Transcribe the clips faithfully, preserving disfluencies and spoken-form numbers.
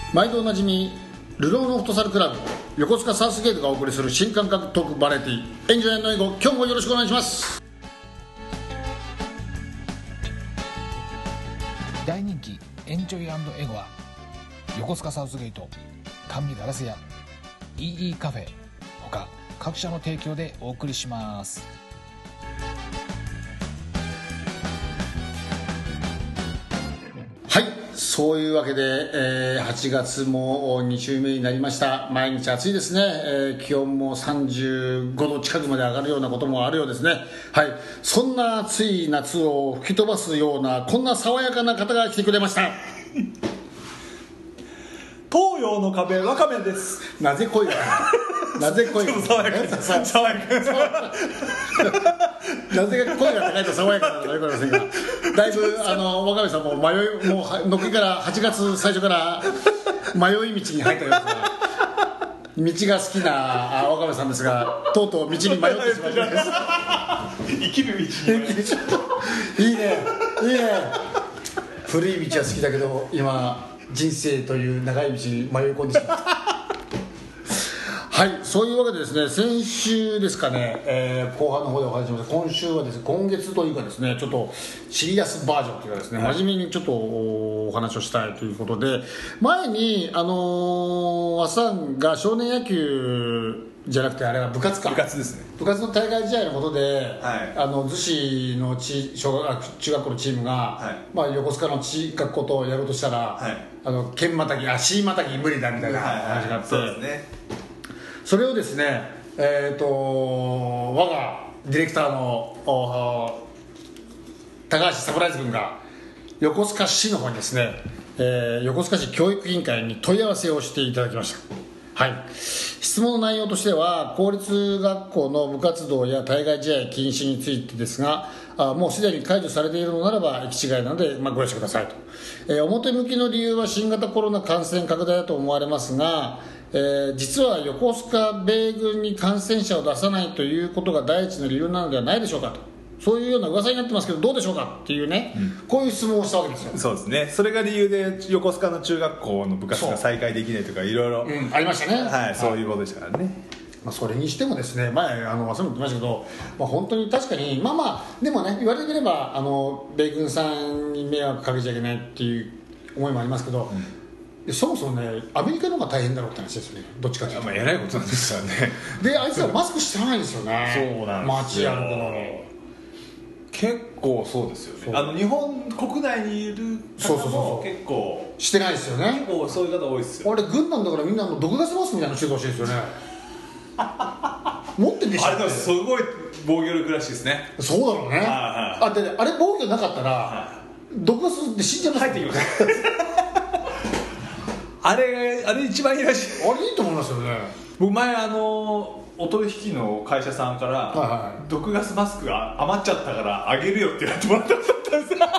毎度おなじみルローのフットサルクラブ横須賀サウスゲートがお送りする新感覚トークバラエティエンジョイ&英語、今日もよろしくお願いします。 大人気エンジョイ&英語は横須賀サウスゲート、甘味ガラス屋、 イーイー カフェ他各社の提供でお送りします。 はい、そういうわけで、えー、はちがつもに週目になりました。毎日暑いですね、えー、気温もさんじゅうごど近くまで上がるようなこともあるようですね。はい、そんな暑い夏を吹き飛ばすようなこんな爽やかな方が来てくれました。 東洋の壁わかめです。 なぜ声がなぜ声が爽やかさ爽やかなぜか声が高いと爽やかなのかよくわかりませんが、だいぶあの若林さんも迷いもうのっけからはちがつ最初から迷い道に入ったようですが、道が好きな若林さんですが、とうとう道に迷ってしまいました生きる道にいいねいいね。古い道は好きだけど今人生という長い道に迷い込んでしまったはい、そういうわけでですね、先週ですかね、えー、後半の方でお話ししました。今週はですね、今月というかですね、ちょっとシリアスバージョンというかですね、真面目にちょっとお話をしたいということで、前にあのー、アさんが少年野球じゃなくてあれは部活か部活ですね。 部活の大会試合のことで、 はい、 あの逗子のち小学中学校のチームが、はい、まあ、横須賀のち学校とやろうとしたら、はい、あの剣またぎ、足またぎ無理だみたいな話があって、はいはい、そうですね。それをですね、えー、と我がディレクターの高橋サプライズ君が横須賀市の方にですね、えー、横須賀市教育委員会に問い合わせをしていただきました。はい、質問の内容としては、公立学校の部活動や対外試合禁止についてですが、あもうすでに解除されているのならば行き違いなので、まあ、ご了承くださいと、えー、表向きの理由は新型コロナ感染拡大だと思われますが、えー、実は横須賀米軍に感染者を出さないということが第一の理由なのではないでしょうかと、そういうような噂になってますけどどうでしょうかっていうね、うん、こういう質問をしたわけですよ。 そうですね、それが理由で横須賀の中学校の部活が再開できないとかいろいろありましたね。 はい、そういうことでしたからね。 まあ、それにしてもですね、前あの忘れて言ってましたけど、まあ、本当に確かにまあまあでもね、言われてみればあの米軍さんに迷惑かけちゃいけないっていう思いもありますけど、うん、そもそもねアメリカの方が大変だろうって話ですよね、どっちかというと。 まあえらいことなんですよね。 であいつらマスクしてないんですよね。 そうなんですよ。 街歩くのに結構そうですよね。あの日本国内にいる方も結構してないですよね。 結構そういう方多いですよ。 あれ軍なんだからみんなの毒ガスマスクみたいなのしてほしいですよね持ってんでしょ。 あれでもすごい防御力らしいですね。 そうだろうね。あであれ防御なかったら毒ガスで死んじゃいます。 入ってきますあれあれ一番いいらしい。 あれいいと思いますよね。 僕前あのお取引の会社さんから、はいはい、毒ガスマスクが余っちゃったからあげるよって言われてもらったんですよ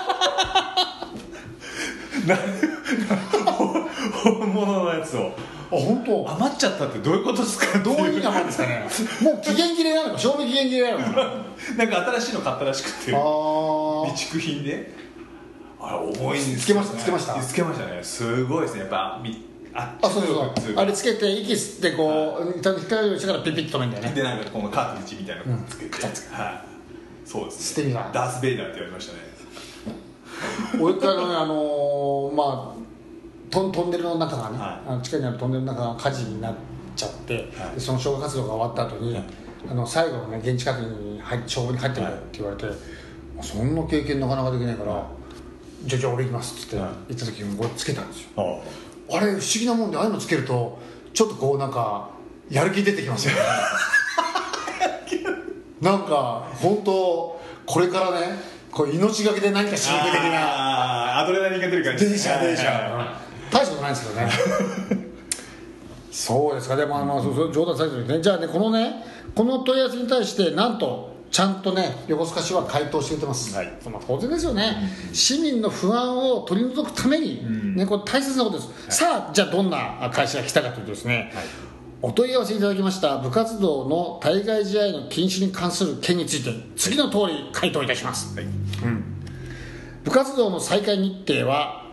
本物のやつを。 あ、本当。 余っちゃったってどういうことですか。 どういう意味なんですかねもう期限切れなのか賞味期限切れなのかなんか新しいの買ったらしくて、あ備蓄品であれ重いんですよね。 つけましたつけましたつけましたね。すごいですねやっぱ。 ああそうそうあれつけて息吸ってこう光るようにしてからピピッと止めるんだよね。 でなんかこのカートリッジみたいなのをつけて、うん、はい、そうですね。ダース・ベイダーって言われましたね俺からねあのー、まあト, トンネルの中がね、はい、あの地下にあるトンネルの中が火事になっちゃって、はい、でその消火活動が終わった後に、はい、あの最後のね現地確認に入消防に入ってくれって言われて、はい、そんな経験なかなかできないから、はい、じゃあじゃあ俺行きますって言って、はい、行った時にこれつけたんですよ。はい、あれ不思議なもんでああいうのつけるとちょっとこうなんかやる気出てきますよねなんか本当これからねこう命がけで何かしに行く的なあアドレナリンが出る感じ出てきちゃう出てきちゃう大したことないんですけどねそうですか。でもあの、うん、そう冗談されてるんですね。じゃあねこのねこの問い合わせに対してなんとちゃんとね横須賀市は回答してくれてます、はい、その当然ですよね、うん、市民の不安を取り除くために、うんね、これ大切なことです、はい、さあじゃあどんな会社が来たかというとですね、はい、お問い合わせいただきました部活動の対外試合の禁止に関する件について次の通り回答いたします、はい、うん、部活動の再開日程は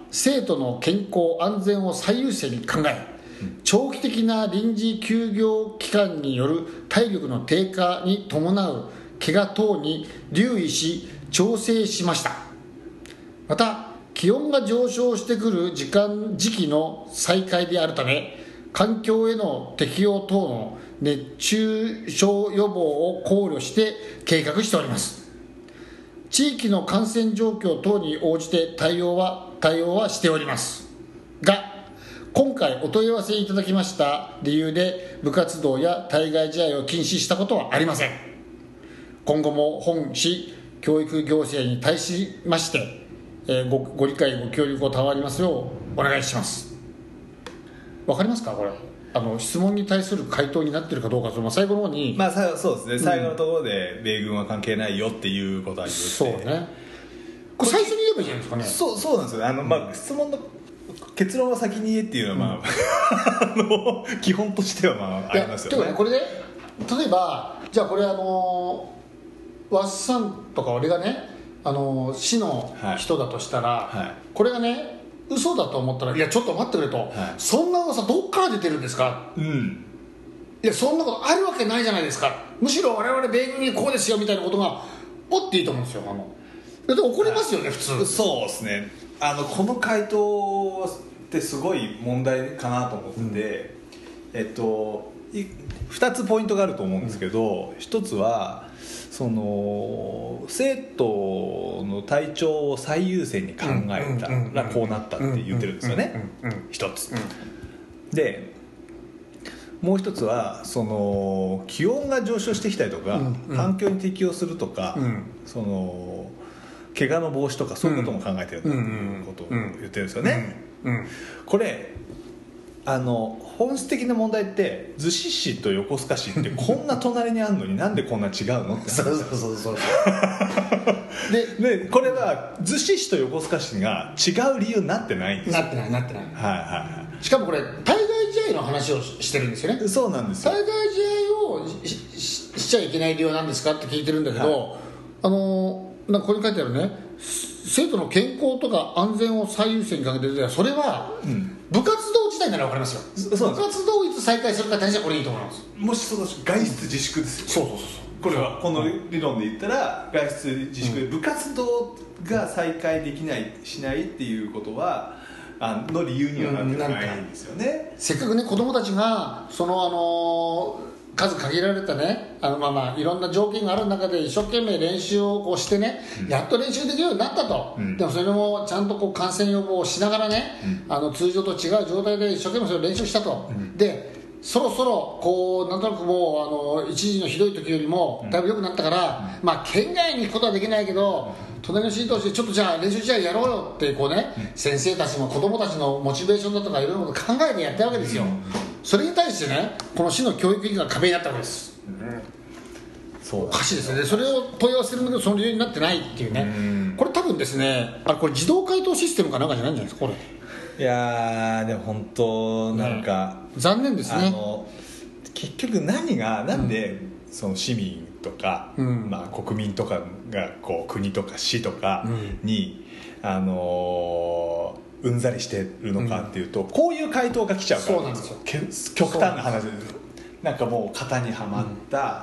生徒の健康安全を最優先に考え、長期的な臨時休業期間による体力の低下に伴う怪我等に留意し調整しました。また気温が上昇してくる時間時期の再開であるため、環境への適応等の熱中症予防を考慮して計画しております。地域の感染状況等に応じて対応は対応はしておりますが、今回お問い合わせいただきました理由で部活動や対外試合を禁止したことはありません。今後も本市教育行政に対しまして、えー、ご, ご理解ご協力を賜りますようお願いします。わかりますか、これあの質問に対する回答になっているかどうか、その最後の方に、 まあそうですね、最後のところで米軍は関係ないよっていうことは言って、 そうね、これ最初に言えばいいじゃないですかね。 そうそうなんですよね。あの、まあ、質問の結論は先に言えっていうのは、まあうん、あの基本としてはまあありますよね。 てかね、これで例えばじゃあこれあのワッサンとか俺がね、あの市の人だとしたら、はいはい、これがね嘘だと思ったら、いやちょっと待ってくれと、はい、そんな噂どっから出てるんですか、うん、いやそんなことあるわけないじゃないですか、むしろ我々米軍にこうですよみたいなことがおっていいと思うんですよ。あのだって怒りますよね、はい、普通。そうですね、あのこの回答ってすごい問題かなと思って、うん、えっとふたつポイントがあると思うんですけど、うん、ひとつはその生徒の体調を最優先に考えたらこうなったって言ってるんですよね、一つで、もう一つはその気温が上昇してきたりとか、環境に適応するとか、その怪我の防止とかそういうことも考えてるということを言ってるんですよね。これあの本質的な問題って逗子市と横須賀市ってこんな隣にあるのになんでこんな違うのってそうそうそうそうで, でこれは逗子市と横須賀市が違う理由になってないんですよ。 なってないなってない、はいはいはい、 しかもこれ対外試合の話をしてるんですよね。 そうなんですよ。 対外試合を し, し, しちゃいけない理由は何ですかって聞いてるんだけど、はい、あのなんかここに書いてあるね、生徒の健康とか安全を最優先にかけてる、それは、うん、部活動自体なら分かりますよ。部活動をいつ再開するか大事はこれいいと思います。 もしその外出自粛ですよ、そうそうそうそう、これはこの理論で言ったら外出自粛で部活動が再開できないしないっていうことはあの理由にはなってないんですよね、 うん、せっかくね子供たちがそのあのー数限られたね、あのまあまあいろんな条件がある中で一生懸命練習をこうしてね、うん、やっと練習できるようになったと、うん、でもそれもちゃんとこう感染予防をしながらね、うん、あの通常と違う状態で一生懸命それを練習したと、うん、でそろそろこうなんとなくもうあの一時のひどい時よりもだいぶ良くなったから、うん、まあ県外に行くことはできないけど、うん、隣の市同士でちょっとじゃあ練習試合やろうよってこうね、うん、先生たちも子供たちのモチベーションだとかいろいろなこと考えてやってるわけですよ、うん、それに対してねこの市の教育委員会が壁になったわけです、うん、そうおかしいですね。それを問い合わせるんだけどその理由になってないっていうね、うん、これ多分ですね、あれこれ自動回答システムかなんかじゃないんじゃないですかこれ。 いやでも本当なんか、 ね、残念ですね。 あの結局何がなんでその市民とか、うんまあ、国民とかがこう国とか市とかに、うん、あのうんざりしてるのかっていうと、うん、こういう回答が来ちゃうからなんですよ。極端な話でなんかもう型にはまった、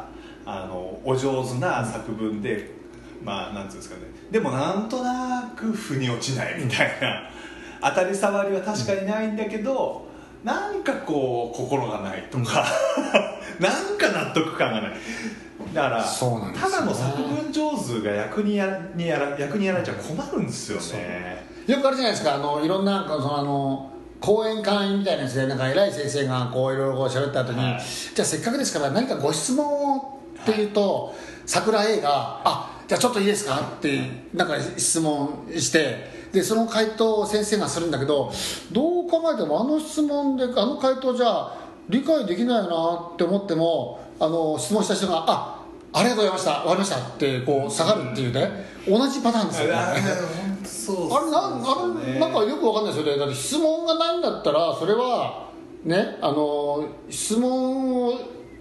うん、あのお上手な作文で、まあなんていうんですかね、でもなんとなく腑に落ちないみたいな当たり障りは確かにないんだけど、うん、なんかこう心がないとか、うん、なんか納得感がない。だから、ね、ただの作文上手が役にやにやら役にやられちゃ困るんですよね。 よくあるじゃないですか、あのいろんなそのあの講演会員みたいなやつでなんか偉い先生がこういろいろこう喋った後に、はい、じゃあせっかくですから何かご質問をっていうと、はい、桜 A があじゃあちょっといいですかってなんか質問してでその回答を先生がするんだけど、どう考えてもあの質問であの回答じゃ理解できないなって思っても、あの質問した人があありがとうございました分かりましたってこう下がるっていうね、同じパターンですよね。あれなんあれなんかよく分かんないですよね。だって質問がないんだったらそれはね、あの質問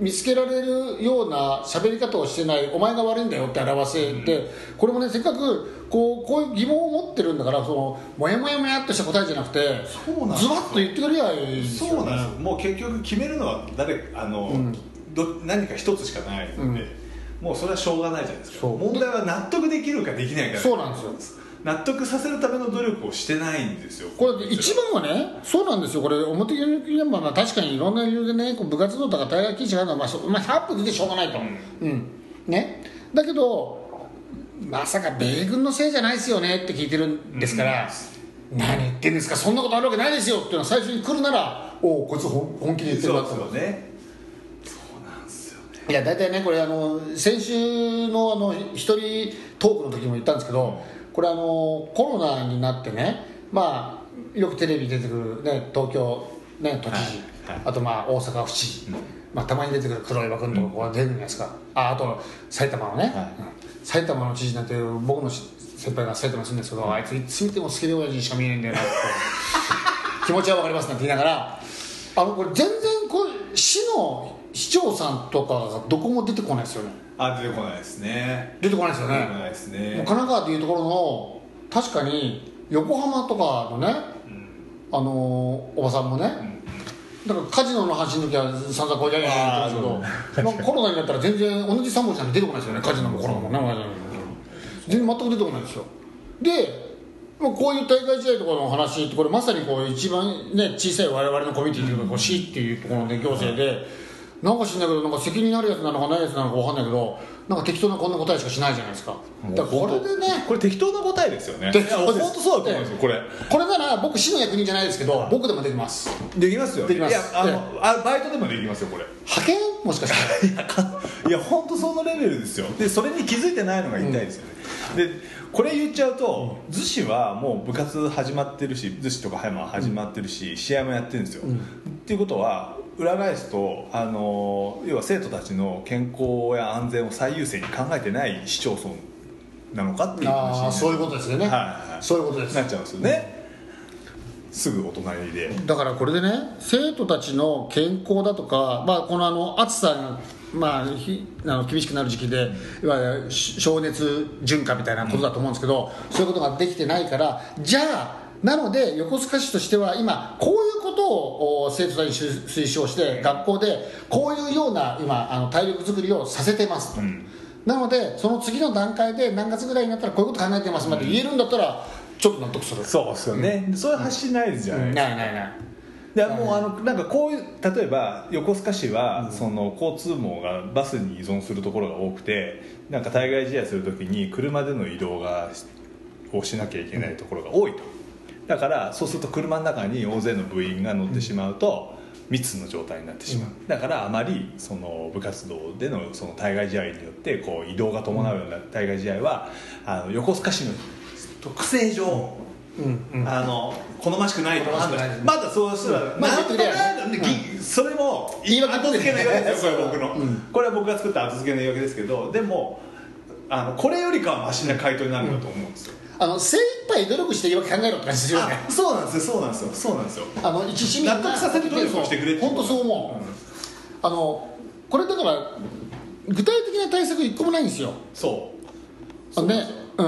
見つけられるような喋り方をしてない、お前が悪いんだよって表せて、うん、これもねせっかくこうこういう疑問を持ってるんだから、そのもやもやもやっとした答えじゃなくてズバッと言ってくれりゃいいですよね。 そうなんですよ。もう結局決めるのは誰あの、うん、ど何か一つしかないので、うん、もうそれはしょうがないじゃないですか。問題は納得できるかできないか。 そうなんですよ。 納得させるための努力をしてないんですよ。 これ一番はね、そうなんですよ。これ表向きには確かにいろんな理由でね、部活動とか大学禁止があるのは、まあまあ、ひゃっぷ出てしょうがないと、うんうんね、だけどまさか米軍のせいじゃないですよねって聞いてるんですから、うん、何言ってんですか、そんなことあるわけないですよっていうのは最初に来るなら、おおこいつ本気で言ってるなって。 そうですよね。そうなんですよね。 いや大体ね、これあの先週のあの一人トークの時も言ったんですけど、うん、これあのコロナになってね、まあ、よくテレビに出てくる、ね、東京、ね、都知事、はいはい、あとまあ大阪府知事、うんまあ、たまに出てくる黒岩君とかこう出るんじゃないですか、うん、あ, あと埼玉のね、はい、埼玉の知事なんて僕の先輩が埼玉に住んでるんですけど、うん、あいついつ見てもスケベ親父にしか見えないんだよなって気持ちは分かりますなんて言いながら、あのこれ全然こう市の市長さんとかがどこも出てこないですよね。 あ、出てこないですね。 出てこないですよね。 出てこないですね。もう神奈川というところの確かに横浜とかのね、うん、あのおばさんもね、うん、だからカジノの話の時は散々こうやりやり言ってますけど、まあ、コロナになったら全然同じさん文字なんて出てこないですよね。カジノもコロナもね、全然全く出てこないですよ。でこういう大会試合とかの話って、これまさにこう一番、ね、小さい我々のコミュニティというか、市っていうところで行政でなんか知んないけど、なんか責任あるやつなのかないやつなのか分かんないけど、なんか適当なこんな答えしかしないじゃないですか。だからこれでね、 これ適当な答えですよね。いや本当そうだと思うんですよ。これこれなら僕市の役人じゃないですけど、僕でもできます。 できますよ。 できます。 いやあのあバイトでもできますよこれ。 派遣もしかしたらいや本当そのレベルですよ。でそれに気づいてないのが痛いですよね。うん、でこれ言っちゃうと、逗子はもう部活始まってるし、逗子とか葉山始まってるし、うん、試合もやってるんですよ。うん、っていうことは裏返すと、あの要は生徒たちの健康や安全を最優先に考えてない市町村なのかっていう話に、 あそういうことですよね、はいはい、そういうことですなっちゃうんですよね、うん、すぐお隣で。 だからこれでね、生徒たちの健康だとか、まあ、このあの暑さがまあ、ひあの厳しくなる時期で、いわゆる暑熱順化みたいなことだと思うんですけど、うん、そういうことができてないから、じゃあなので横須賀市としては今こういうことを生徒たちに推奨して、学校でこういうような今あの体力作りをさせてますと、うん、なのでその次の段階で何月ぐらいになったらこういうこと考えてますまで言えるんだったらちょっと納得する。 そうですよね、うん、そういう発信ないじゃないですか、 うん、ないないない。 でもうあのなんかこういう例えば横須賀市はその交通網がバスに依存するところが多くて、なんか対外試合するときに車での移動がをしなきゃいけないところが多いと。だからそうすると車の中に大勢の部員が乗ってしまうと密の状態になってしまう。だからあまりその部活動でのその対外試合によってこう移動が伴うような対外試合はあの横須賀市の特性上、うんうん、あの好ましくないと判断。まだそうしたら、うん、まあ、なんとなく、うん、それも言い訳後付けの言い訳ですよ。これ僕の、うん、これは僕が作った後付けの言い訳ですけど、でもあのこれよりかはマシな回答になるんだと思うんですよ。 あの精一杯努力して言い訳考えろって感じですよね。 そうなんですよ、そうなんですよ、そうなんですよ。 あの一市民が納得させる努力をしてくれって。 本当そう思う、うん、あのこれだから具体的な対策一個もないんですよ。 そうそうね、うん、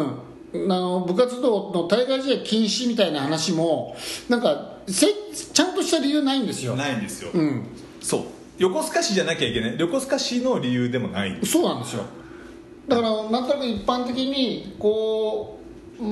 あの部活動の対外試合禁止みたいな話もなんかせちゃんとした理由ないんですよ。 ないんですよ、 うん、 そう横須賀市じゃなきゃいけない、横須賀市の理由でもないんです。 そうなんですよ。だからなんとなく一般的にこう、うん、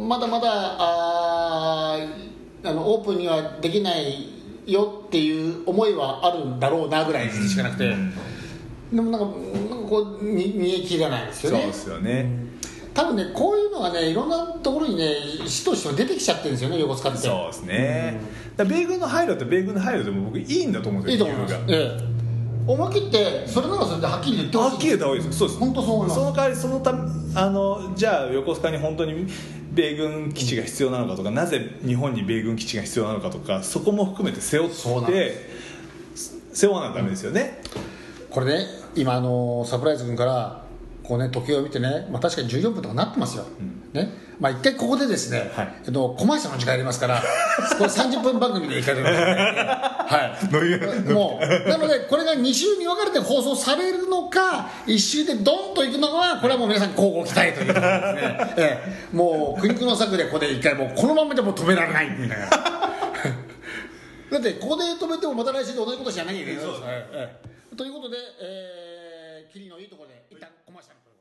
まだまだああのオープンにはできないよっていう思いはあるんだろうなぐらいしかなくて、うん、でもなんか、なんかこう見え切らないですよね。 そうですよね、 うん、多分ねこういうのがねいろんなところにね市としては出てきちゃってるんですよね、横須賀って。 そうですね、うん、だ米軍の配慮って米軍の配慮でも僕いいんだと思うんですよ。 いいと思います、ええ、思い切ってそれならそれではっきり言ってほしい。 はっきり言った方がいいですよ。そうです。 本当そう思います。 その代わりそのたあのじゃあ横須賀に本当に米軍基地が必要なのかとか、うん、なぜ日本に米軍基地が必要なのかとか、そこも含めて背負って背負わないとダメですよね、 うん、これね今あのサプライズ君からこうね時計を見てね、まあ、確かにじゅうよんぷんとかなってますよ、うん、ね、 まあ一回ここでですね、 はいえっと、コマーシャルの時間やりますからこれさんじゅっぷん番組でいかれるんですねはいもうなのでこれがに週に分かれて放送されるのかいっ週でドンといくのはこれはもう皆さん交互期待ということですね、ええ、もう苦肉の策でここで一回もうこのままでも止められないみたいなだってここで止めてもまた来週で同じことしなきゃいけないですから、ええ、ということで、えー、キリのいいところで一旦コマーシャル